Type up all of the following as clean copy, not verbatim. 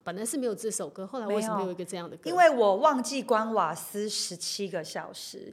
本来是没有这首歌，后来为什么有一个这样的歌？ 因为我忘记关瓦斯17个小时。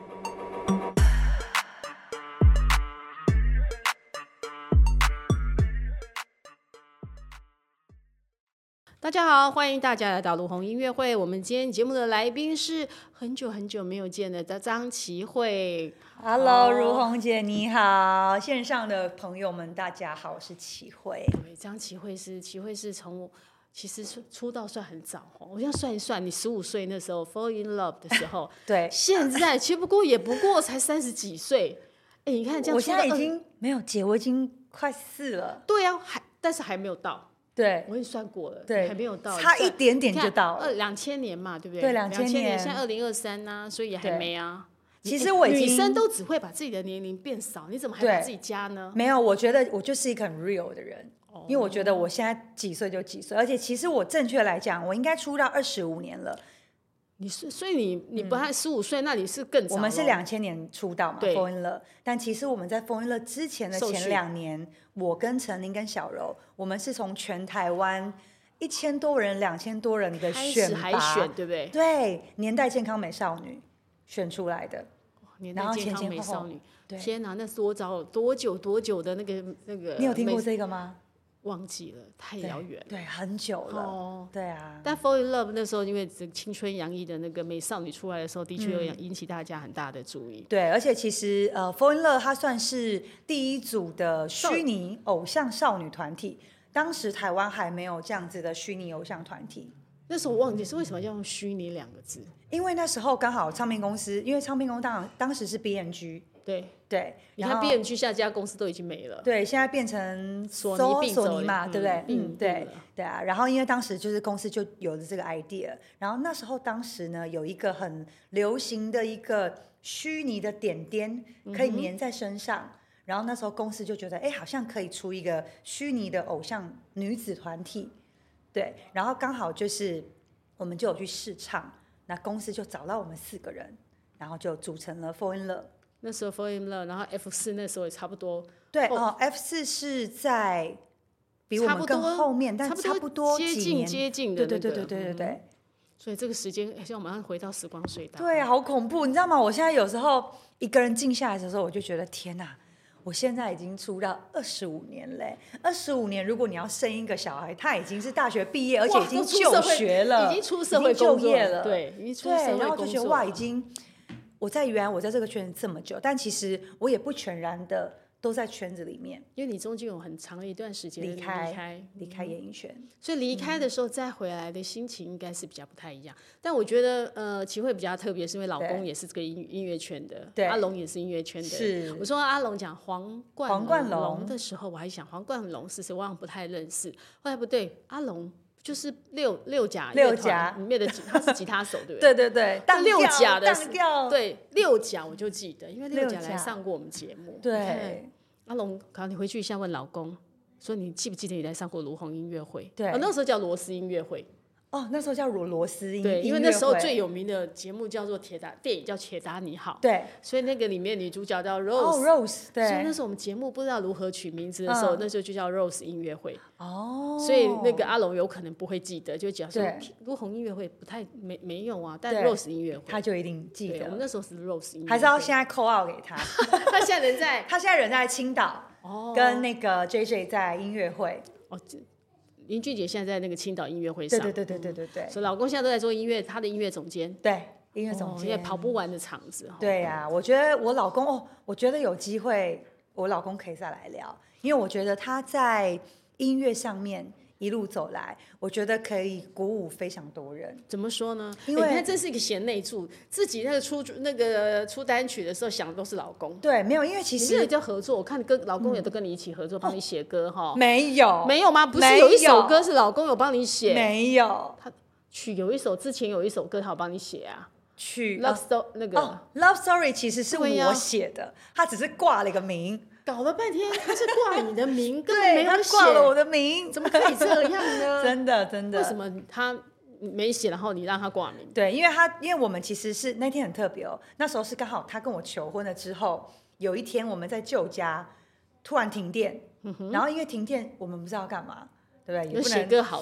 大家好，欢迎大家来到卢红音乐会。我们今天节目的来宾是很久很久没有见的张琪慧。 Hello， 如红姐你好，线上的朋友们大家好，我是琪慧。 对，张琪慧是从其实出道算很早，我这样算一算，你15岁那时候 fall in love 的时候， 对， 现在其实不过才30几岁。哎，你看这样， 我现在已经没有姐，我已经快4了。 对啊，但是还没有到。 对， 我已经算过了， 对， 还没有到， 差一点点就到了。 2000年嘛，对不对？ 对，2000年， 现在2023呢，所以也还没啊。 其实我已经女生都只会把自己的年龄变少，你怎么还把自己加呢？ 没有，我觉得我就是一个很 real 的人，因为我觉得我现在几岁就几岁，而且其实我正确来讲，我应该出道25年了。 所以你不还15岁，那你是更早。 我们是2000年出道嘛 ，Fall in Love。但其实我们在 Fall in Love 之前的前2年，我跟陈琳跟小柔，我们是从全台湾1000多人、2000多人的选拔， 海选，对不对？ 对，年代健康美少女选出来的。 年代健康美少女， 对， 天哪，那是多久的那个。 你有听过这个吗？ 忘记了，太遥远了。 对，很久了。对啊。 但 Fall in Love 那时候，因为青春洋溢的那个美少女出来的时候，的确有引起大家很大的注意。 对，而且其实Fall in Love 它算是第一组的虚拟偶像少女团体，当时台湾还没有这样子的虚拟偶像团体。 那时候我忘记是为什么要用虚拟2个字， 因为那时候刚好唱片公司，因为唱片公司当时是 BMG。对， 你看 BMG 下家公司都已经没了， 对，现在变成索尼嘛，对不对？对啊。然后因为当时就是公司就有了这个 idea， 然后那时候当时呢有一个很流行的一个虚拟的点点可以粘在身上，然后那时候公司就觉得好像可以出一个虚拟的偶像女子团体，对，然后刚好就是我们就有去试唱，那公司就找到我们4个人，然后就组成了 Fall in Love。 那时候 Fall in Love， 然后 F4 那时候也差不多。 对F4 是在比我们更后面，但差不多接近的。 对。 所以这个时间，像我马上回到时光隧道。 对，好恐怖，你知道吗？我现在有时候一个人静下来的时候，我就觉得天哪，我现在已经出道25年嘞，25年，如果你要生一个小孩，他已经是大学毕业，而且已经就学了， 已经出社会就业了，对，已经出社会工作了。 然后就觉得哇，已经。原来我在这个圈子这么久，但其实我也不全然的都在圈子里面， 因为你中间有很长的一段时间离开演艺圈， 所以离开的时候再回来的心情应该是比较不太一样。但我觉得琪慧比较特别，是因为老公也是这个音乐圈的，阿龙也是音乐圈的。 是， 我说阿龙讲黄冠龙的时候，我还想黄冠龙是谁，我好像不太认识。后来不对，阿龙。就是六甲乐团里面的他是吉他手，对不对？对， 六甲的对六甲我就记得，因为六甲来上过我们节目。 对， 阿龙，你回去一下问老公，说你记不记得你来上过卢红音乐会？ 对， 那时候叫罗斯音乐会。 那时候叫罗斯音乐会。 对，因为那时候最有名的节目叫做电影叫《铁达尼号》。 对， 所以那个里面女主角叫 Rose。对， 所以那时候我们节目不知道如何取名字的时候，那时候就叫 Rose 音乐会。所以那个阿龙有可能不会记得，就讲说卢红音乐会不太没用啊，但 Rose 音乐会他就一定记得。 我们那时候是 Rose 音乐会， 还是要现在 call out 给他。 他现在人在青岛，跟那个 JJ 在音乐会。 林俊杰现在在那个青岛音乐会上， 对， 所以老公现在都在做音乐，他的音乐总监， 对，音乐总监， 也跑不完的场子。 对呀，我觉得我老公我觉得有机会，我老公可以再来聊，因为我觉得他在音乐上面一路走来，我觉得可以鼓舞非常多人。 怎么说呢？ 因为你看，这是一个贤内助，自己出单曲的时候想的都是老公。 对，没有，因为其实你叫合作，我看老公也都跟你一起合作，帮你写歌哈。 没有吗？不是有一首歌是老公有帮你写？ 没有， 他之前有一首歌他有帮你写啊。 Love Story 那个 Love Story 其实是我写的，他只是挂了一个名。 搞了半天，他是挂你的名，根本没有写， 他挂了我的名， 怎么可以这样呢？ 真的， 为什么他没写，然后你让他挂名？ 对，因为我们其实是那天很特别那时候是刚好他跟我求婚了之后，有一天我们在旧家突然停电，然后因为停电我们不知道干嘛，对不对？ 有写歌好了。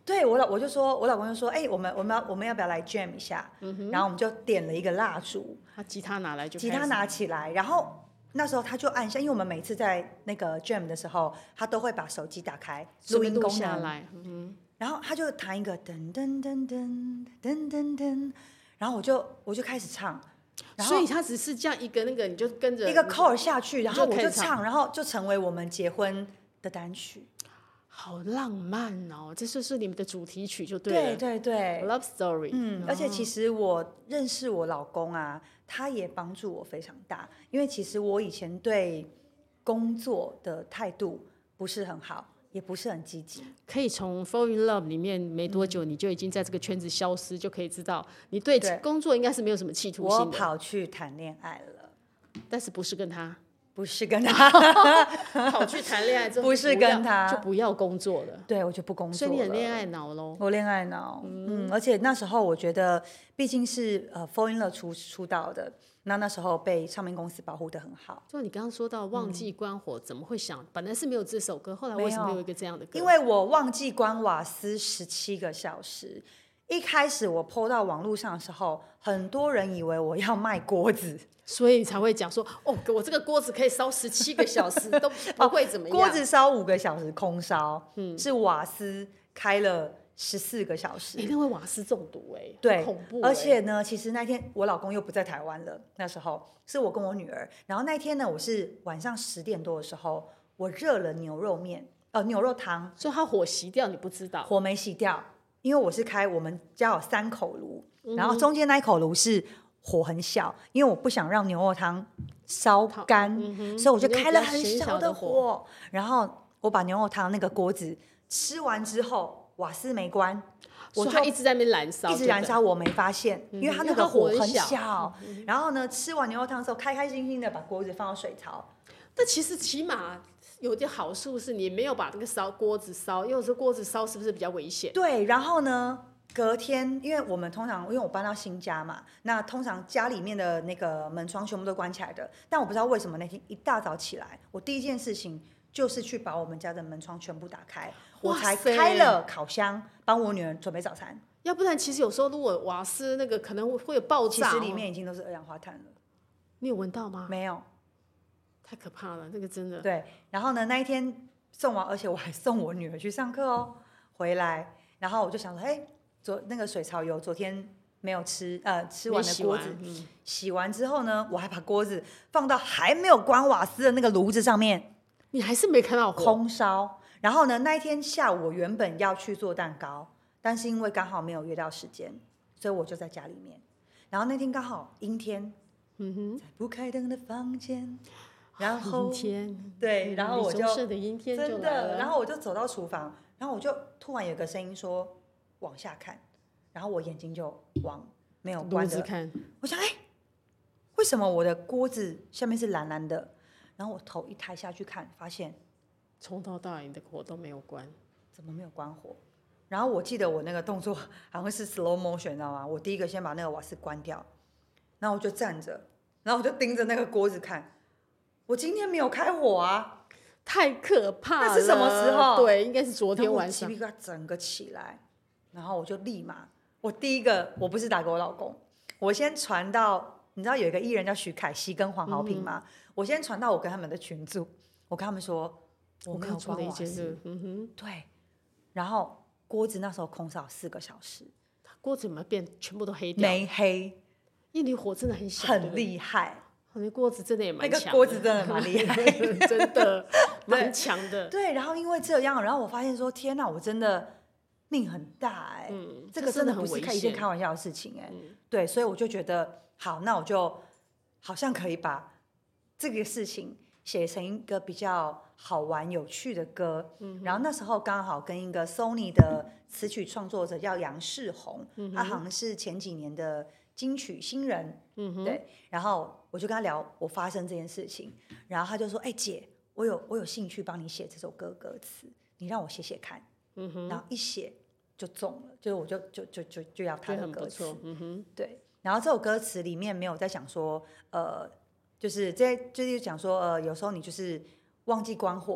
对我老公就说，我们要不要来 jam 一下？然后我们就点了一个蜡烛， 他吉他拿来就吉他拿起来，然后那时候他就按下，因为我们每次在那个 jam 的时候，他都会把手机打开录音功能，然后他就弹一个噔噔噔噔噔噔噔，然后我就开始唱。 所以他只是这样一个那个，你就跟着一个 chord 下去，然后我就唱，然后就成为我们结婚的单曲。 好浪漫哦，这就是你们的主题曲就对了。 对对对 ，Love Story。 而且其实我认识我老公啊，他也帮助我非常大，因为其实我以前对工作的态度不是很好。也不是很积极， 可以从 Fall in Love 里面没多久，你就已经在这个圈子消失，就可以知道你对工作应该是没有什么企图心的。 我跑去谈恋爱了， 但是不是跟他， 不是跟他跑去谈恋爱之后， 不是跟他， 就不要工作了。 对，我就不工作了。 所以你很恋爱脑咯。 我恋爱脑，而且那时候我觉得，毕竟是Fall in Love 出道的。那时候被唱片公司保护得很好。 就你刚刚说到忘记关火，怎么会想？本来是没有这首歌，后来为什么有一个这样的歌？ 因为我忘记关瓦斯17个小时。一开始我 po 到网络上的时候，很多人以为我要卖锅子， 所以才会讲说，哦，我这个锅子可以烧17个小时都不会怎么样。 锅子烧5个小时空烧，是瓦斯开了14个小时， 那会瓦斯中毒对， 恐怖。 而且呢，其实那天我老公又不在台湾了，那时候是我跟我女儿。然后那天呢，我是晚上10点多的时候，我热了牛肉汤， 所以它火熄掉，你不知道？ 火没熄掉，因为我是开我们家有3口炉，然后中间那一口炉是火很小，因为我不想让牛肉汤烧干，所以我就开了很小的火。然后我把牛肉汤那个锅子吃完之后，瓦斯没关， 我就一直在那边燃烧， 一直燃烧，我没发现，因为它那个火很小。然后呢，吃完牛肉汤的时候，开开心心的把锅子放到水槽。 但其实起码有点好处是你没有把那个锅子烧，因为有时候锅子烧是不是比较危险？ 对，然后呢，隔天，因为我们通常，因为我搬到新家嘛，那通常家里面的那个门窗全部都关起来的。但我不知道为什么那天一大早起来，我第一件事情就是去把我们家的门窗全部打开，我才开了烤箱，帮我女儿准备早餐。 要不然，其实有时候如果瓦斯那个可能会有爆炸， 其实里面已经都是二氧化碳了。 你有闻到吗？ 没有， 太可怕了，这个真的。 对，然后呢，那一天送完，而且我还送我女儿去上课哦，回来，然后我就想说，那个水槽油昨天没有吃完的锅子，洗完之后呢，我还把锅子放到还没有关瓦斯的那个炉子上面， 你还是没看到火， 空烧。然后呢，那一天下午我原本要去做蛋糕，但是因为刚好没有约到时间，所以我就在家里面。然后那天刚好阴天，在不开灯的房间。然后阴天， 对，然后我就的阴天就真的，然后我就走到厨房，然后我就突然有个声音说往下看，然后我眼睛就往没有关的看， 我想为什么我的锅子下面是蓝蓝的？然后我头一抬下去看，发现从头到尾你的火都没有关， 怎么没有关火？然后我记得我那个动作好像是 slow motion， 你知道吗？我第一个先把那个瓦斯关掉，然后我就站着，然后我就盯着那个锅子看。我今天没有开火啊， 太可怕了！ 那是什么时候？ 对，应该是昨天晚上。 鸡皮疙瘩整个起来，然后我就立马，我第一个我不是打给我老公，我先传到，你知道有一个艺人叫徐凯熙跟黄豪平吗？我先传到我跟他们的群组，我跟他们说我没有关瓦斯，对，然后锅子那时候空烧4个小时， 锅子有没有变全部都黑掉？ 没黑， 因为你火真的很小， 很厉害。 那锅子真的也蛮强的， 那个锅子真的蛮厉害真的蛮强的。 对，然后因为这样，然后我发现说，天哪，我真的命很大这个真的不是一件开玩笑的事情对，所以我就觉得好，那我就好像可以把这个事情写成一个比较好玩有趣的歌。然后那时候刚好跟一个 Sony 的词曲创作者叫杨世宏，他好像是前几年的金曲新人，对，然后我就跟他聊我发生这件事情，然后他就说：“姐，我有兴趣帮你写这首歌歌词，你让我写写看。”然后一写就中了，就是我就要他的歌词，对。然后这首歌词里面没有在讲说，就是讲说，有时候你就是忘记关火，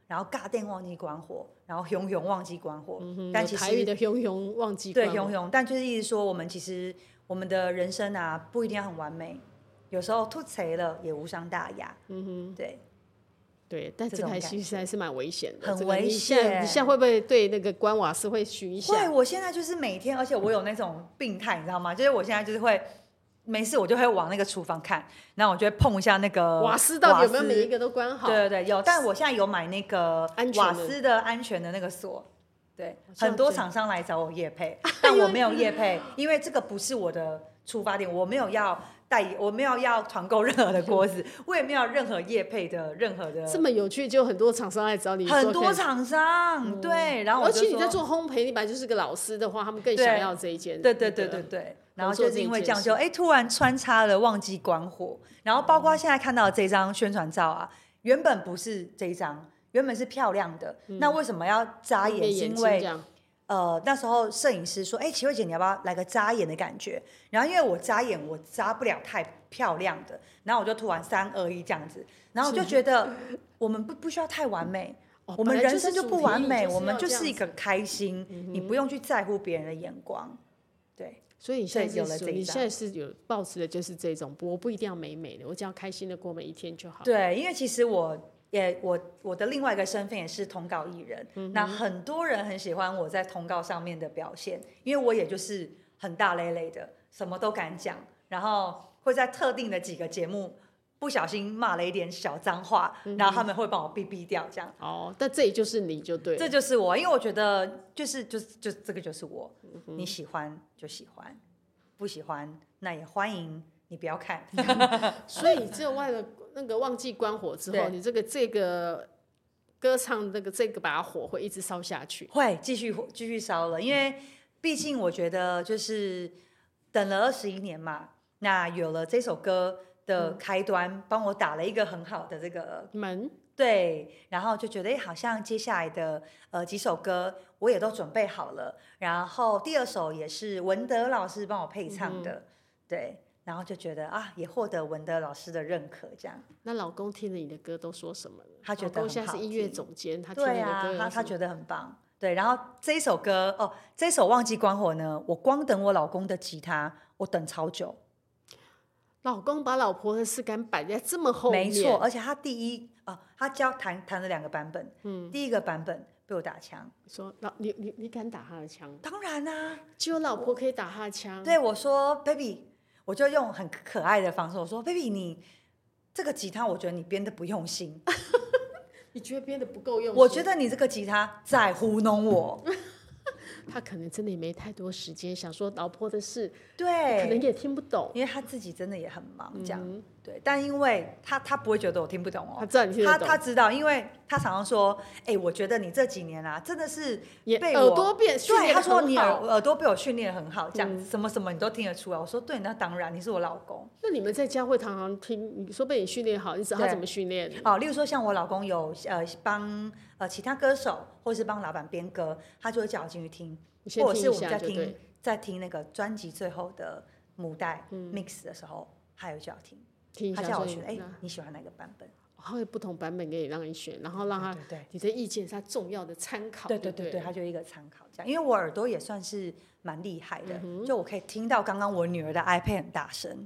然后尬电忘记关火，然后熊熊忘记关火，但其实台语的熊熊忘记关火， 对熊熊，但就是意思说其实我们的人生啊不一定要很完美，有时候吐槽了也无伤大雅，对， 但这台戏实在是蛮危险的， 很危险。 你现在会不会对那个关瓦斯会熏一下？ 会，我现在就是每天，而且我有那种病态，你知道吗？就是我现在就是会没事，我就会往那个厨房看，然后我就会碰一下那个瓦斯到底有没有每一个都关好？ 对，有，但我现在有买那个瓦斯的安全的那个锁。对，很多厂商来找我业配，但我没有业配，因为这个不是我的出发点，我没有要我没有要团购任何的锅子，我也没有任何业配的任何的。 这么有趣，就很多厂商来找你， 很多厂商，对，然后而且你在做烘焙，你本来就是个老师的话，他们更想要这一件。 对。然后就是因为这样就突然穿插了忘记关火，然后包括现在看到的这张宣传照啊，原本不是这一张，原本是漂亮的，那为什么要眨眼？是因为那时候摄影师说，齐慧姐你要不要来个眨眼的感觉？然后因为我眨眼我眨不了太漂亮的，然后我就突然3、2、1这样子，然后我就觉得我们不需要太完美，我们人生就不完美，我们就是一个开心，你不用去在乎别人的眼光，对。 所以你现在是有抱持的就是这种，我不一定要美美的，我只要开心的过每一天就好。 对，因为其实我的另外一个身份也是通告艺人，那很多人很喜欢我在通告上面的表现，因为我也就是很大咧咧的，什么都敢讲，然后会在特定的几个节目不小心骂了一点小脏话，然后他们会帮我逼掉这样。 但这也就是你就对了， 这就是我，因为我觉得就这个就是我，你喜欢就喜欢，不喜欢那也欢迎你不要看。 所以只有为了那个忘记关火之后，你这个歌唱这个把火会一直烧下去， 会继续烧了，因为毕竟我觉得就是等了21年嘛，那有了这首歌的开端，帮我打了一个很好的这个门， 对，然后就觉得好像接下来的几首歌我也都准备好了，然后第2首也是文德老师帮我配唱的，对，然后就觉得也获得文德老师的认可，这样。 那老公听了你的歌都说什么呢？ 他觉得很好听， 老公现在是音乐总监，他听了你的歌他觉得很棒。对，然后这一首歌这一首忘记关火呢，我光等我老公的吉他，我等超久。 老公把老婆的事敢摆在这么后面， 没错，而且他他弹了2个版本，第一个版本被我打枪， 说你敢打他的枪？ 当然啊， 只有老婆可以打他的枪。 对，我说 baby， 我就用很可爱的方式，我说 baby， 你这个吉他我觉得你编的不用心。 你觉得编的不够用心？ 我觉得你这个吉他在糊弄我。 他可能真的也没太多时间想说老婆的事， 对， 可能也听不懂， 因为他自己真的也很忙，这样，对。但因为他不会觉得我听不懂他知道你听得懂， 他知道，因为他常常说，我觉得你这几年啊，真的是被我耳朵训练得很好， 对，他说你耳朵被我训练得很好，这样什么什么你都听得出来。我说对，那当然，你是我老公。 那你们在家会常常听，你说被你训练好，你知道他怎么训练？ 例如说像我老公有帮其他歌手或是帮老板编歌，他就会叫我进去听，或者是我们在听那个专辑最后的母带mix 的时候，他有叫我听，他叫我选，你喜欢哪个版本？ 他会不同版本给你让你选，然后让他你的意见是他重要的参考。 对，他就一个参考这样。因为我耳朵也算是蛮厉害的，就我可以听到刚刚我女儿的 iPad 很大声，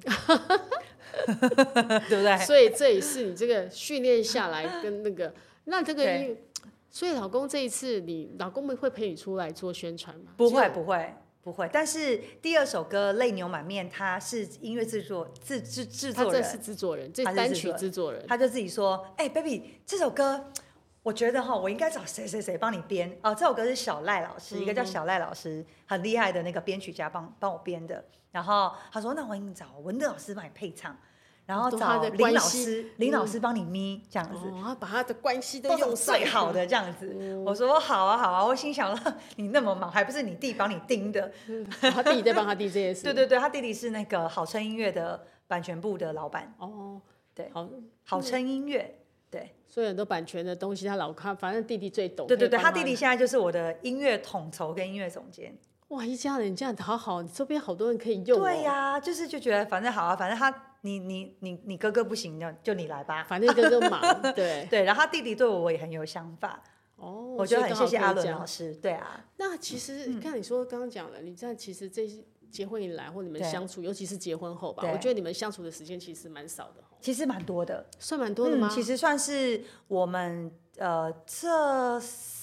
对不对？ 所以这也是你这个训练下来跟那个那这个。所以老公这一次，你老公们会陪你出来做宣传吗？ 不会。但是第2首歌《泪牛满面》，他是音乐制作人， 他这是制作人，这单曲制作人， 他就自己说：“baby， 这首歌我觉得我应该找谁帮你编这首歌是小赖老师，一个叫小赖老师很厉害的那个编曲家帮我编的。然后他说：那我应该找文德老师帮你配唱。”然后找林老师帮你咪这样子， 把他的关系都用最好的这样子。我说好啊，我心想了，你那么忙，还不是你弟帮你盯的？ 他弟弟在帮他弟这件事。 对，他弟弟是那个好声音乐的版权部的老板。对，好声音乐，对。 所以很多版权的东西，反正弟弟最懂。 对，他弟弟现在就是我的音乐统筹跟音乐总监。 哇，一家人这样好好，周边好多人可以用。 对呀，就觉得反正好啊，反正你哥哥不行，就你来吧， 反正哥哥忙，对对。然后他弟弟对我也很有想法，我觉得很谢谢阿伦老师，对啊。 那其实看你说刚刚讲了，你在其实这些结婚以来或你们相处，尤其是结婚后吧，我觉得你们相处的时间其实蛮少的， 其实蛮多的， 算蛮多的吗？ 其实算是我们这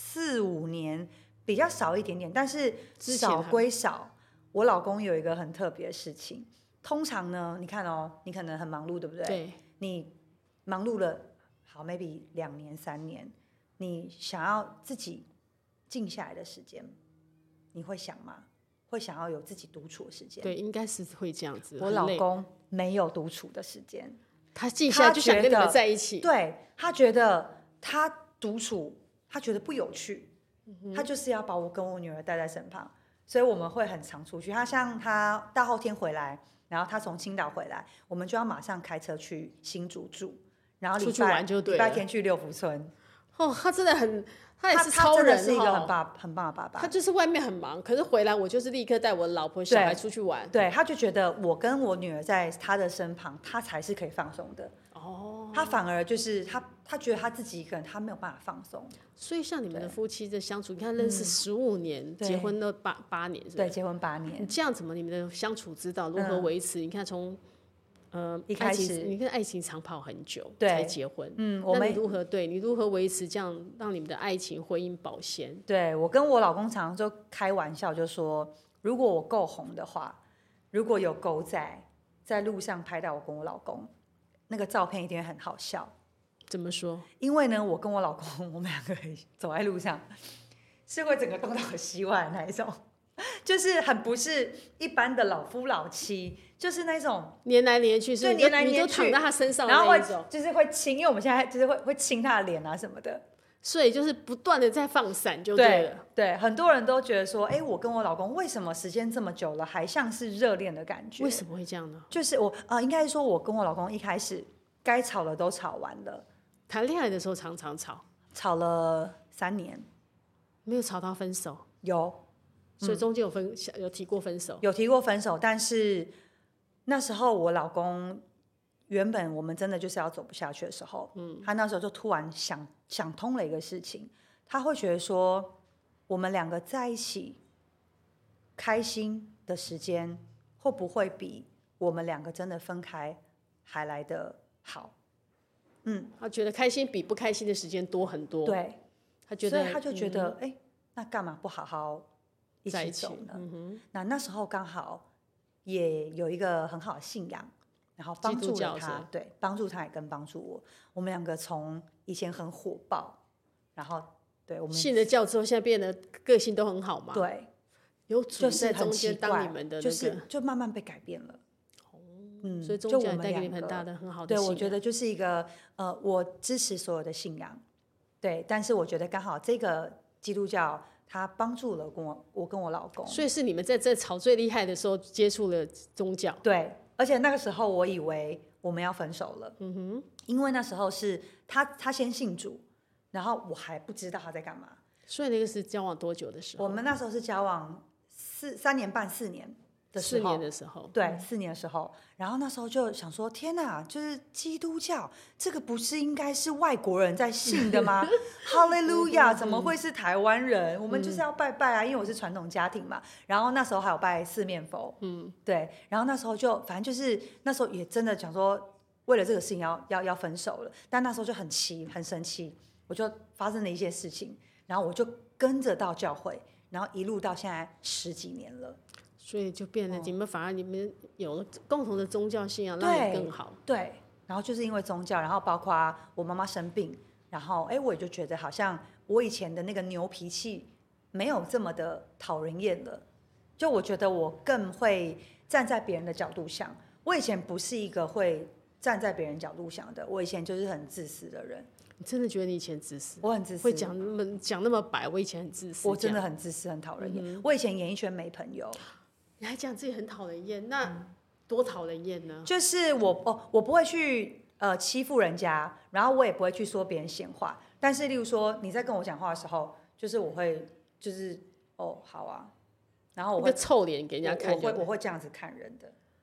4-5年比较少一点点，但是少归少。我老公有一个很特别的事情，通常呢，你看哦，你可能很忙碌，对不对？ 对。 你忙碌了，好 ，maybe 2年3年，你想要自己静下来的时间，你会想吗？会想要有自己独处的时间？ 对，应该是会这样子。 我老公没有独处的时间， 他静下来就想跟你们在一起。 对，他觉得他独处，他觉得不有趣，他就是要把我跟我女儿带在身旁。所以我们会很常出去，他大后天回来，然后他从青岛回来，我们就要马上开车去新竹住，然后出去玩就对了， 礼拜天去六福村。 哦，他真的很，他也是超人， 他真的是一个很棒的爸爸。 他就是外面很忙，可是回来我就是立刻带我老婆小孩出去玩。 对，他就觉得我跟我女儿在他的身旁，他才是可以放松的。他反而就是他觉得他自己一个人，他没有办法放松。 所以像你们的夫妻的相处，你看认识15年，结婚都8年，是吧？ 对，结婚8年。 你这样怎么你们的相处之道如何维持？你看从一开始， 你跟爱情长跑很久才结婚， 那你如何维持这样让你们的爱情婚姻保鲜？ 对，我跟我老公常常就开玩笑，就说如果我够红的话，如果有狗仔在路上拍到我跟我老公，那个照片一定会很好笑。 怎么说？ 因为呢，我跟我老公，我们2个人走在路上，是会整个东倒西歪的那一种，就是很不是一般的老夫老妻，就是那种黏来黏去， 对，黏来黏去， 你都躺在他身上的然后那一种， 就是会亲，因为我们现在就是会亲他的脸啊什么的， 所以就是不断的在放闪就对了。 对，很多人都觉得说，我跟我老公为什么时间这么久了，还像是热恋的感觉？ 为什么会这样呢？ 就是应该是说我跟我老公一开始该吵的都吵完了。 谈恋爱的时候常常吵了3年， 没有吵到分手。 有， 所以中间有提过分手， 有提过分手，但是那时候我老公原本我们真的就是要走不下去的时候，他那时候就突然想通了一个事情，他会觉得说我们2个在一起开心的时间会不会比我们2个真的分开还来得好？ 他觉得开心比不开心的时间多很多。 对， 所以他就觉得，那干嘛不好好一起走呢？那时候刚好也有一个很好的信仰，然后帮助了他，对，帮助他也跟帮助我。我们2个从以前很火爆，然后对我们信了教之后，现在变得个性都很好嘛。 对， 有主在中间当你们的就慢慢被改变了。 所以宗教也带给你很大的很好的信仰。 对，我觉得就是一个我支持所有的信仰，对，但是我觉得刚好这个基督教它帮助了我跟我老公， 所以是你们在这吵最厉害的时候接触了宗教。 对，而且那个时候我以为我们要分手了，因为那时候是他先信主，然后我还不知道他在干嘛。 所以那个是交往多久的时候？ 我们那时候是交往3年半4年。4 年的时候， 对，4年的时候，然后那时候就想说，天哪，就是基督教这个不是应该是外国人在信的吗？哈利路亚，怎么会是台湾人？我们就是要拜拜啊，因为我是传统家庭嘛。然后那时候还有拜4面佛，对。然后那时候就反正就是那时候也真的想说，为了这个事情要分手了，但那时候就很生气，我就发生了一些事情，然后我就跟着到教会，然后一路到现在10几年了。 所以就变得你们反而你们有了共同的宗教信仰，让你更好。 对，然后就是因为宗教，然后包括我妈妈生病，然后我也就觉得好像我以前的那个牛脾气没有这么的讨人厌了。就我觉得我更会站在别人的角度想，我以前不是一个会站在别人角度想的，我以前就是很自私的人。 你真的觉得你以前自私？ 我很自私， 会讲那么白。我以前很自私， 我真的很自私，很讨人厌。我以前演艺圈没朋友。 你还讲自己很讨人厌，那多讨人厌呢？ 就是我不会去欺负人家，然后我也不会去说别人闲话。但是例如说你在跟我讲话的时候，就是我会就是好啊，然后我会一个臭脸给人家看， 我会这样子看人的。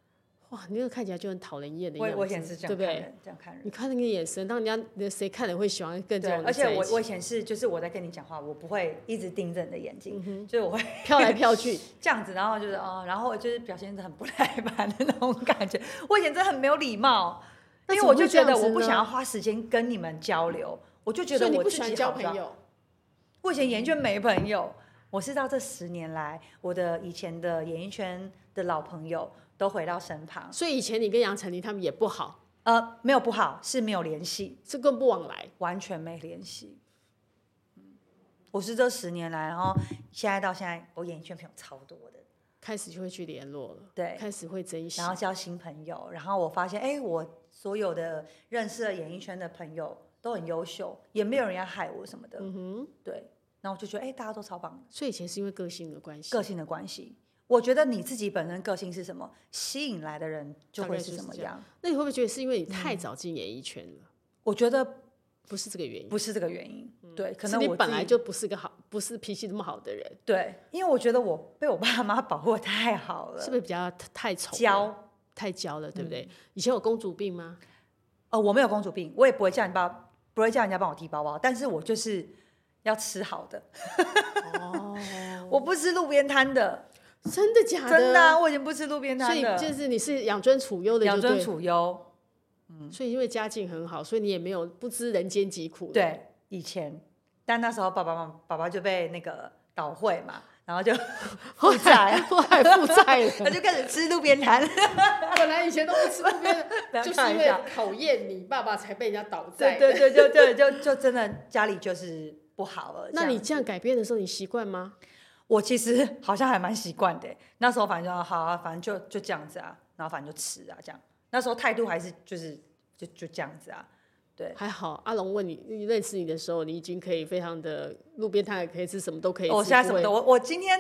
哇，你那个看起来就很讨人厌的样子， 我以前是这样看人，这样看人。 你看那个眼神，当人家谁看了会喜欢跟这种人而且在一起？ 我以前是，就是我在跟你讲话，我不会一直盯着你的眼睛，就是我会飘来飘去这样子，然后就是然后就是表现得很不耐烦的那种感觉。我以前真的很没有礼貌，因为我就觉得我不想要花时间跟你们交流，我就觉得我自己好交朋友。 我以前演艺圈没朋友，我是到这10年来，我的以前的演艺圈的老朋友都回到身旁。 所以以前你跟杨丞琳他们也不好？ 没有不好，是没有联系， 是更不往来， 完全没联系。我是这10年来，然后现在到现在，我演艺圈朋友超多的， 开始就会去联络了， 对， 开始会珍惜， 然后交新朋友，然后我发现，我所有的认识的演艺圈的朋友都很优秀，也没有人要害我什么的，对。然后我就觉得，大家都超棒的。 所以以前是因为个性的关系。 个性的关系，我觉得你自己本身个性是什么，吸引来的人就会是什么样。 那你会不会觉得是因为你太早进演艺圈了？ 我觉得不是这个原因， 不是这个原因。对，可能你本来就不是脾气那么好的人。 对，因为我觉得我被我爸妈保护得太好了， 是不是比较太宠？太娇了，对不对？以前有公主病吗？ 我没有公主病，我也不会叫人家帮我提包包，但是我就是要吃好的。我不吃路边摊的。 真的假的？ 真的啊，我已经不吃路边摊的。 所以就是你是养尊处优的， 养尊处优。 所以因为家境很好，所以你也没有不知人间疾苦。 对，以前，但那时候爸爸就被那个倒会嘛，然后就负债， 后来负债了， 他就开始吃路边摊。 本来以前都不吃路边摊，就是因为考验你爸爸才被人家倒债。 对，就真的家里就是不好了。 那你这样改变的时候，你习惯吗？ 我其实好像还蛮习惯的。那时候反正就好啊，反正就这样子啊，然后反正就吃啊，这样。那时候态度还是就这样子啊。对， 还好阿龙问你认识你的时候，你已经可以非常的路边摊也可以吃，什么都可以吃。 我现在什么都我今天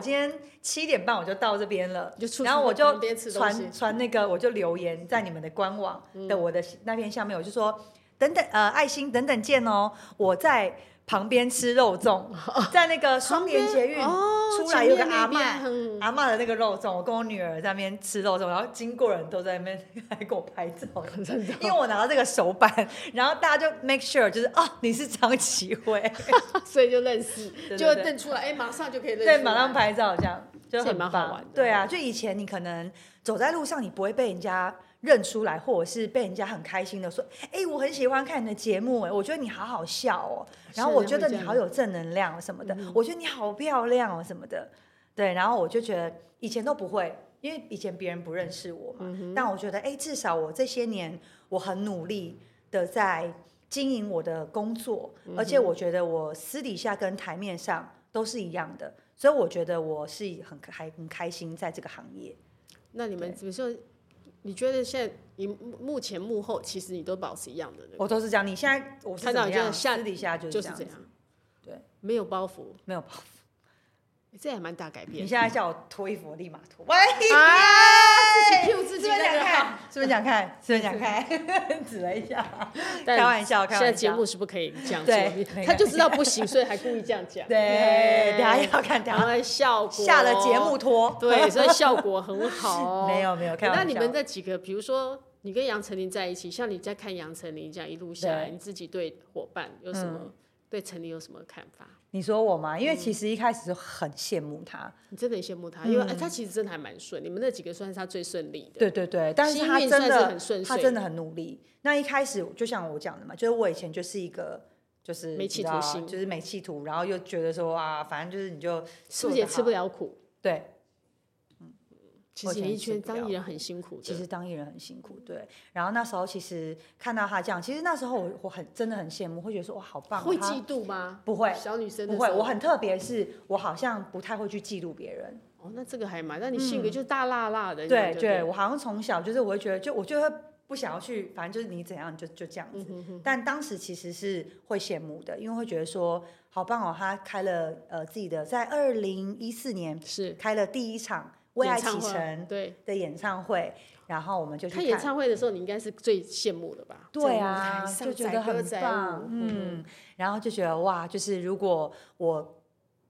7点半我就到这边了，然后我就传那个我就留言在你们的官网的我的那篇下面，我就说等等爱心等等见哦，我在旁边吃肉粽，在那个双连捷运出来有个阿嬷的那个肉粽，我跟我女儿在那边吃肉粽，然后经过人都在那边还给我拍照，因为我拿到这个手板，然后大家就 make sure 就是你是张启慧， 所以就认识，就认出来，马上就可以认出来， 对，马上拍照这样，就很蛮好玩的。 对啊，就以前你可能走在路上，你不会被人家认出来，或者是被人家很开心的说，我很喜欢看你的节目，我觉得你好好笑哦，然后我觉得你好有正能量什么的，我觉得你好漂亮哦什么的，对，然后我就觉得以前都不会，因为以前别人不认识我嘛，但我觉得至少我这些年我很努力的在经营我的工作，而且我觉得我私底下跟台面上都是一样的，所以我觉得我是很开心在这个行业。 那你们比如说你觉得现在你目前幕后其实你都保持一样的人？ 我都是这样。你现在我是怎么样？私底下就是这样。对， 没有包袱， 没有包袱。 这也蛮大改变。 你现在叫我脱衣服，我立马脱。喂， 自己 Q 自己那个， 是不是想看？是不是想看？指了一下，开玩笑。 现在节目是不可以这样做，他就知道不行，所以还故意这样讲。 对，等下要看，等下效果下了节目脱。 对，所以效果很好。 没有，开玩笑。 那你们这几个，比如说你跟杨丞琳在一起，像你在看杨丞琳这样一路下来，你自己对伙伴有什么？对丞琳有什么看法？ 你说我吗？因为其实一开始就很羡慕他， 你真的很羡慕他，因为他其实真的还蛮顺，你们那几个算是他最顺利的。 对，但是他真的很努力。那一开始就像我讲的嘛，就是我以前就是一个就是没企图心， 就是没企图，然后又觉得说反正就是你就是不是也吃不了苦？ 对。 其实演艺圈当艺人很辛苦的。 其实当艺人很辛苦，对。然后那时候其实看到他这样，其实那时候我真的很羡慕，会觉得说哇好棒。 会嫉妒吗？ 不会， 小女生不会。我很特别，是我好像不太会去嫉妒别人。 那这个还蛮，那你性格就是大辣辣的。 对，我好像从小就是我会觉得，我就会不想要去，反正就是你怎样就这样子。但当时其实是会羡慕的，因为会觉得说好棒哦，他开了自己的，在2014年是开了第一场。为爱启程的演唱会，然后我们就去看演唱会的时候，你应该是最羡慕的吧？ 对啊，就觉得很棒，然后就觉得哇，就是如果我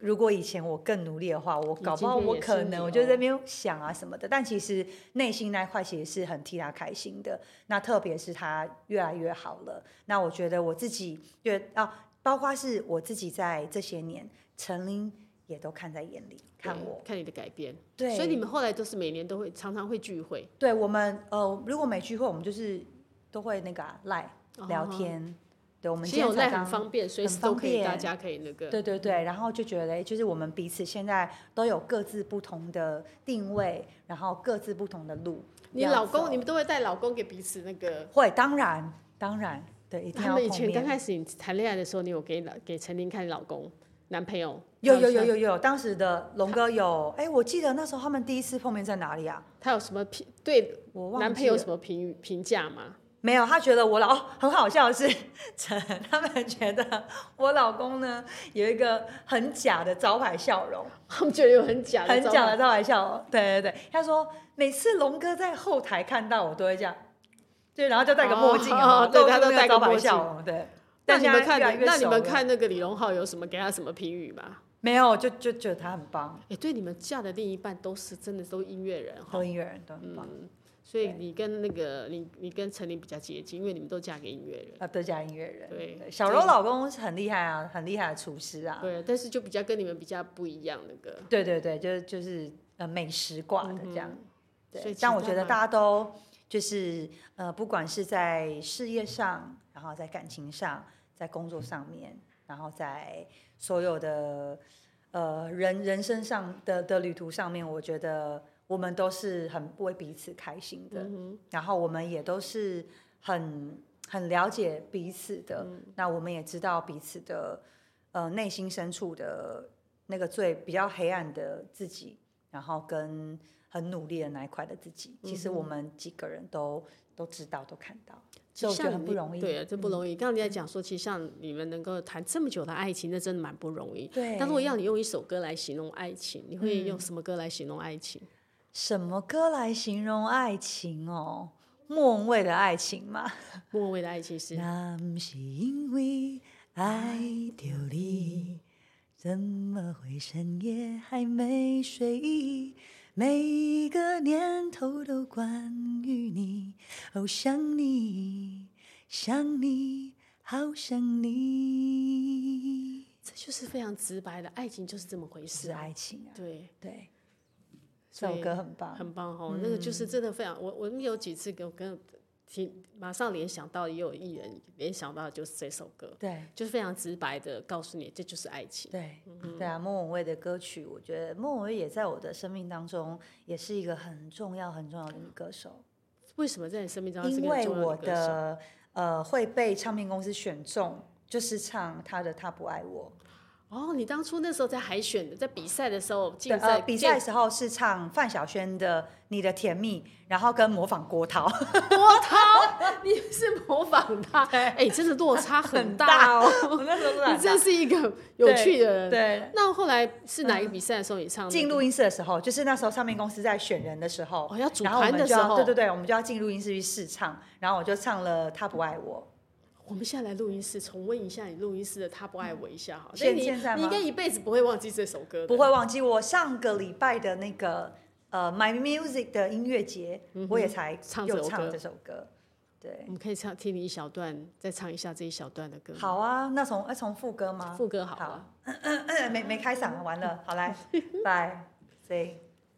如果以前我更努力的话，我搞不好我可能我就在那边想啊什么的，但其实内心那一块其实是很替他开心的。那特别是他越来越好了，那我觉得我自己包括是我自己在这些年，陈琳也都看在眼里，看你的改变。 对， 所以你们后来都是每年都会常常会聚会。 对，我们如果没聚会，我们就是都会那个赖聊天。对，我们现在有赖很方便，随时都可以，大家可以那个。 对对对，然后就觉得就是我们彼此现在都有各自不同的定位，然后各自不同的路。 你老公，你们都会带老公给彼此那个？ 会，当然，对，一定要碰面。 他们以前刚开始你谈恋爱的时候，你有给陈琳看你老公男朋友？ 有，当时的龙哥有，我记得那时候他们第一次碰面在哪里啊？ 他有什么对男朋友有什么评价吗？ 没有，他觉得很好笑的是，他们觉得我老公呢有一个很假的招牌笑容， 他们觉得有很假的招牌笑容。对，他说每次龙哥在后台看到我都会这样，对，然后就戴个墨镜， 对，他都戴个墨镜。 对， 那你们看那个李荣浩有什么给他什么评语吗？ 没有，就觉得他很棒。 对，你们嫁的另一半真的都音乐人， 都音乐人，都很棒。 所以你跟你跟陈琳比较接近，因为你们都嫁给音乐人都嫁音乐人。 对， 小柔老公是很厉害啊，很厉害的厨师啊。 对，但是就跟你们比较不一样那个。 对，就是美食挂的这样。 对， 但我觉得大家都就是不管是在事业上，然后在感情上，在工作上面，然后在所有的人生上的旅途上面，我觉得我们都是很为彼此开心的，然后我们也都是很了解彼此的，那我们也知道彼此的内心深处的那个比较黑暗的自己，然后跟很努力的那一块的自己，其实我们几个人都知道，都看到。所以我觉得很不容易。 对，这不容易。刚刚你在讲说，其实像你们能够谈这么久的爱情，那真的蛮不容易。 对。 但如果要你用一首歌来形容爱情，你会用什么歌来形容爱情？ 什么歌来形容爱情哦？莫文蔚的爱情嘛。 莫文蔚的爱情是。 那不是因为爱着你，怎么会深夜还没睡意？每一个念头都关于你，哦，想你，想你，好想你。 这就是非常直白的爱情，就是这么回事。 是爱情啊。 对， 这首歌很棒， 很棒哦。那个就是真的非常，我们有几次跟马上联想到，也有艺人联想到就是这首歌， 对， 就是非常直白的告诉你，这就是爱情。 对啊，莫文蔚的歌曲，我觉得莫文蔚也在我的生命当中，也是一个很重要的女歌手。 为什么在你生命当中是因为我的会被唱片公司选中，就是唱他的《他不爱我》。 哦，你当初那时候在海选在比赛的时候竞赛， 比赛的时候是唱范晓萱的《你的甜蜜》，然后跟模仿郭涛。 郭涛，你是模仿他？真的落差很大哦。 我那时候你真是一个有趣的人。 对。 那后来是哪一个比赛的时候你唱？ 进录音室的时候，就是那时候唱片公司在选人的时候， 要组团的时候， 对，我们就要进录音室去试唱，然后我就唱了《他不爱我》。 我们现在来录音室重温一下你录音室的《他不爱我》一下好。 现在吗？ 你应该一辈子不会忘记这首歌。 不会忘记，我上个礼拜的那个My Music 的音乐节，我也才又唱这首歌。对， 我们可以听你一小段，再唱一下这一小段的歌。 好啊，那从副歌吗？ 副歌好啊。 没开嗓，完了，好来，Bye say。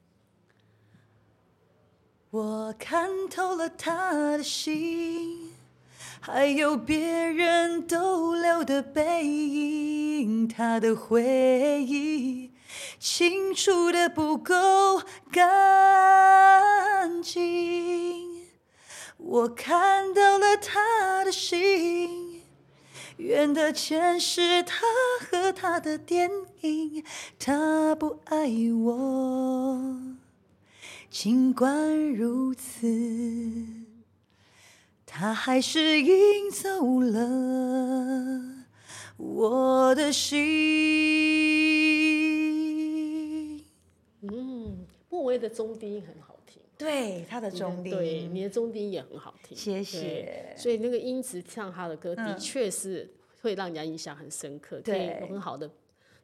我看透了他的心。还有别人逗留的背影，他的回忆清楚的不够干净。我看到了他的心，远的全是他和他的电影。他不爱我，尽管如此，他还是赢走了我的心。 莫文蔚的中低音很好听。 对，他的中低音， 对，你的中低音也很好听。 谢谢。 所以那个音质唱他的歌，的确是会让人家印象很深刻，可以很好的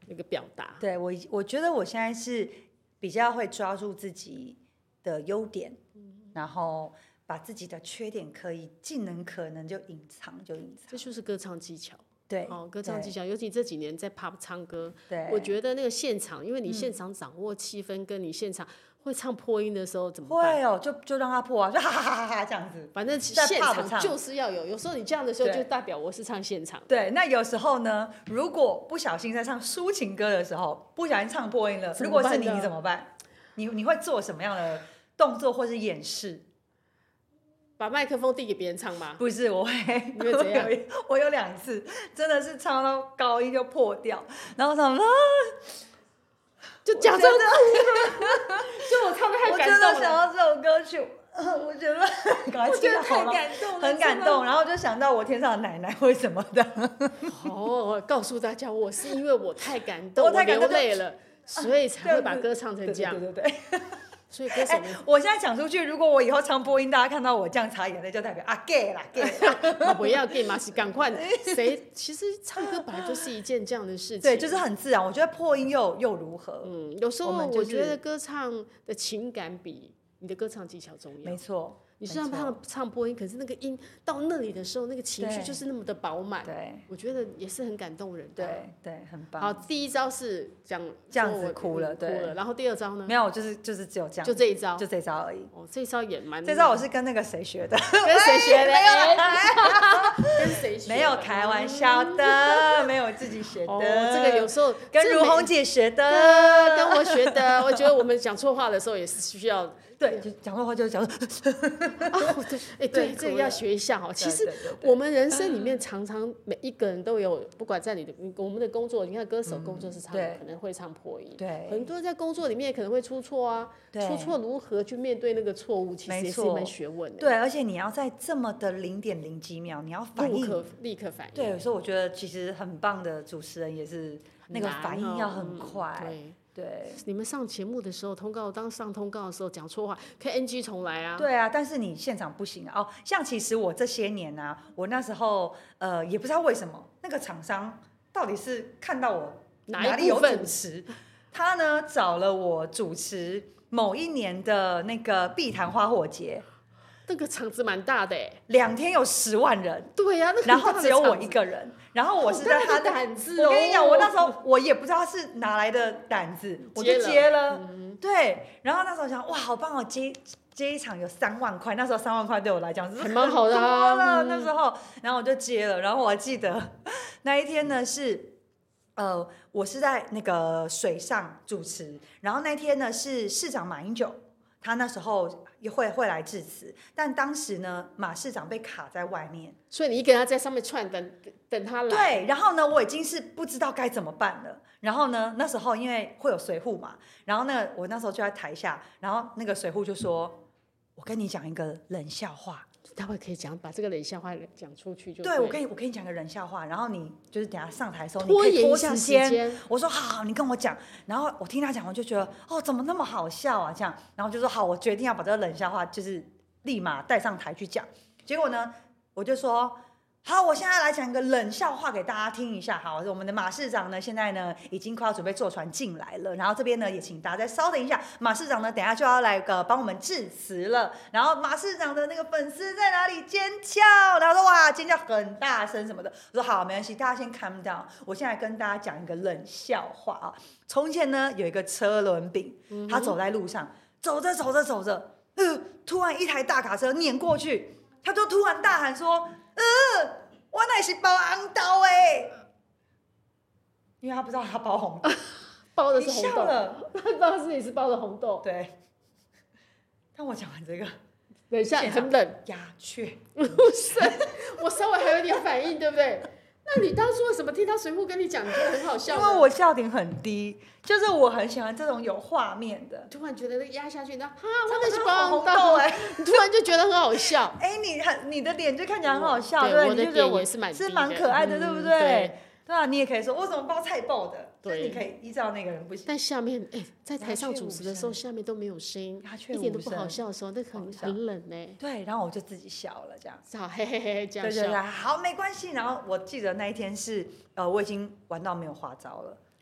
那个表达。 对，我觉得我现在是比较会抓住自己的优点，然后把自己的缺点可以尽能可能就隐藏。 这就是歌唱技巧。 对， 歌唱技巧，尤其这几年在 pub 唱歌， 对， 我觉得那个现场，因为你现场掌握气氛，跟你现场会唱破音的时候怎么办？ 会哦，就让它破啊，就哈哈哈哈这样子。 反正现场就是要有时候你这样的时候，就代表我是唱现场。 对，那有时候呢，如果不小心在唱抒情歌的时候，不小心唱破音了，如果是你怎么办？你会做什么样的动作或是演示？ 把麦克风递给别人唱吗？ 不是，我会， 你会怎样？ 我有2次真的是唱到高音就破掉，然后唱就假装哭，就我唱的太感动了。 我真的想到这首歌曲，我觉得我觉得太感动了， 很感动。然后就想到我天上的奶奶会什么的。 我告诉大家，我是因为我太感动，我流泪了，所以才会把歌唱成这样。 对。 所以歌手我现在讲出去，如果我以后唱播音，大家看到我这样擦眼泪，就代表gay 啦 gay 啦， 不要 gay 嘛，是赶快。其实唱歌本来就是一件这样的事情， 对，就是很自然。我觉得破音又如何？ 有时候我觉得歌唱的情感比你的歌唱技巧重要。 没错。 你虽然唱播音，可是那个音到那里的时候，那个情绪就是那么的饱满。 对， 我觉得也是很感动人的。 对，很棒。 好，第一招是这样子哭了， 对。然后第2招呢？ 没有，就是只有这样， 就这一招， 就这一招而已。 这一招也蛮…… 这招我是跟那个谁学的？ 跟谁学的？跟谁学？ 没有开玩笑的，没有自己学的。 这个有时候跟如红姐学的， 跟我学的。我觉得我们讲错话的时候也是需要。 对，就讲错话就讲。 对，这个要学一下哈。其实我们人生里面常常每一个人都有，不管在我们的工作，你看歌手工作是唱，可能会唱破音。 对， 很多人在工作里面可能会出错啊，出错如何去面对那个错误，其实也是一门学问。 对，而且你要在这么的0.0几秒，你要反应， 立刻反应。 对，所以我觉得其实很棒的主持人也是那个反应要很快。对， 你们上节目的时候，上通告的时候讲错话，可以 NG 重来啊。 对啊，但是你现场不行啊。像其实我这些年啊，我那时候也不知道为什么，那个厂商到底是看到我哪里有主持，他呢找了我主持某一年的那个碧潭花火节。 那个场子蛮大的 2天有10万人。 对呀， 然后只有我一个人，然后我是在他的胆子。 我跟你讲，我那时候我也不知道是哪来的胆子，我就接了。对，然后那时候想，哇，好棒哦，接一场有3万块，那时候3万块对我来讲是蛮好的啊。 那时候，然后我就接了，然后我还记得那一天呢是。我是在那个水上主持，然后那天呢是市长马英九，他那时候也会来致辞，但当时呢马市长被卡在外面， 所以你一个人在上面串等他来。 对，然后呢我已经是不知道该怎么办了，然后呢那时候因为会有随扈嘛，然后我那时候就在台下，然后那个随扈就说，我跟你讲一个冷笑话。 待会可以把这个冷笑话讲出去就对。我跟你讲个冷笑话，然后你就是等下上台的时候拖延一下时间。我说好，你跟我讲。然后我听他讲，我就觉得怎么那么好笑啊这样。然后就说好，我决定要把这个冷笑话就是立马带上台去讲。结果呢，我就说好，我现在来讲一个冷笑话给大家听一下。好，我们的马市长呢，现在呢已经快要准备坐船进来了。然后这边呢也请大家再稍等一下，马市长呢等一下就要来帮我们致辞了。然后马市长的那个粉丝在哪里尖叫？然后说哇，尖叫很大声什么的。我说好，没关系，大家先 calm down。我现在跟大家讲一个冷笑话啊。从前呢有一个车轮饼，他走在路上，走着，突然一台大卡车碾过去，他就突然大喊说。我那是包红豆诶，因为他不知道他包红豆， 包的是红豆， 你笑了， 他不知道自己是包的红豆。 对，但我讲完这个， 等一下很冷， 鸦雀不是，我稍微还有点反应，对不对？那你当初为什么听到随扈跟你讲，你觉得很好笑？ 因为我笑点很低，就是我很喜欢这种有画面的。 突然觉得那个压下去，哈，我那是包红豆哎，你突然就觉得很好笑。 你的脸就看起来很好笑， 对， 我的脸也是蛮可爱的，对不对？对啊，你也可以说我怎么包菜包的， 对， 你可以依照那个人不行。 但下面在台上主持的时候，下面都没有声音，一点都不好笑的时候，那很冷呢。 对，然后我就自己笑了，这样。 好，嘿嘿嘿，这样笑。 对，好，没关系。然后我记得那一天是我已经玩到没有花招了，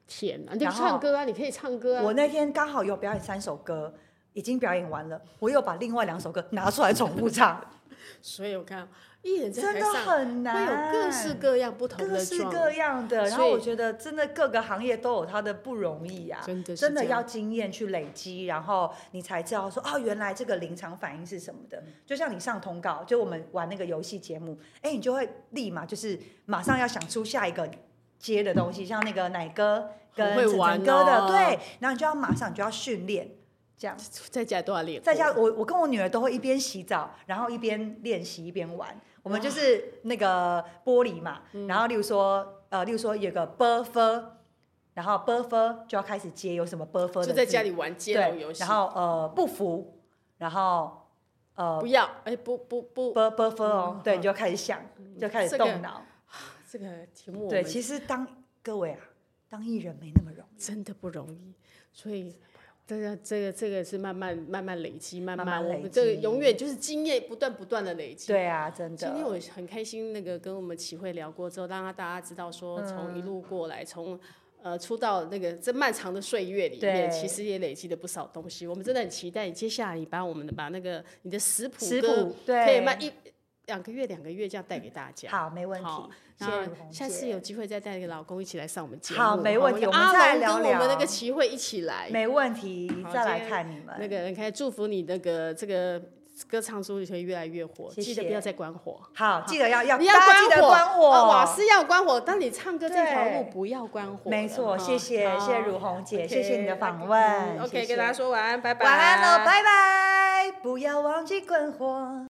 天啊，你就唱歌啊，你可以唱歌啊。 我那天刚好有表演3首歌，已经表演完了，我又把另外2首歌拿出来重复唱。 所以我看艺人在台真的上很难， 会有各式各样不同的各式各样的。然后我觉得真的各个行业都有它的不容易啊，真的要经验去累积，然后你才知道说原来这个临场反应是什么的。就像你上通告，就我们玩那个游戏节目，你就会立马就是马上要想出下一个接的东西，像那个奶哥跟晨晨哥的，对，然后你就要马上就要训练。这样在家都要练， 在家我跟我女儿都会一边洗澡，然后一边练习一边玩。我们就是那个玻璃嘛，然后例如说有个 buffer， 然后 buffer 就要开始接有什么 buffer 的字， 就在家里玩接龙游戏。 然后不服，然后不要不 buffer 哦，对，你就开始想，就开始动脑。 这个题目对，其实各位啊，当艺人没那么容易， 真的不容易，所以。这个是慢慢累积，慢慢我们这个永远就是经验不断的累积。 对啊，真的。 今天我很开心，跟我们启慧聊过之后，让大家知道说，从一路过来，从出道这漫长的岁月里面，其实也累积了不少东西。我们真的很期待你接下来你把你的食谱可以慢2个月这样带给大家。 好，没问题。谢谢如红姐。 下次有机会再带老公一起来上我们节目。 好，没问题。我们再来聊聊。 跟我们启慧一起来。 没问题，再来看你们。 可以祝福你这个歌唱书可以越来越火， 谢谢。 记得不要再关火。 好，记得要记得关火。 瓦斯要关火，当你唱歌这条路不要关火。 没错，谢谢如红姐，谢谢你的访问。 OK， 跟大家说晚安，拜拜。 晚安喽，拜拜。不要忘记关火。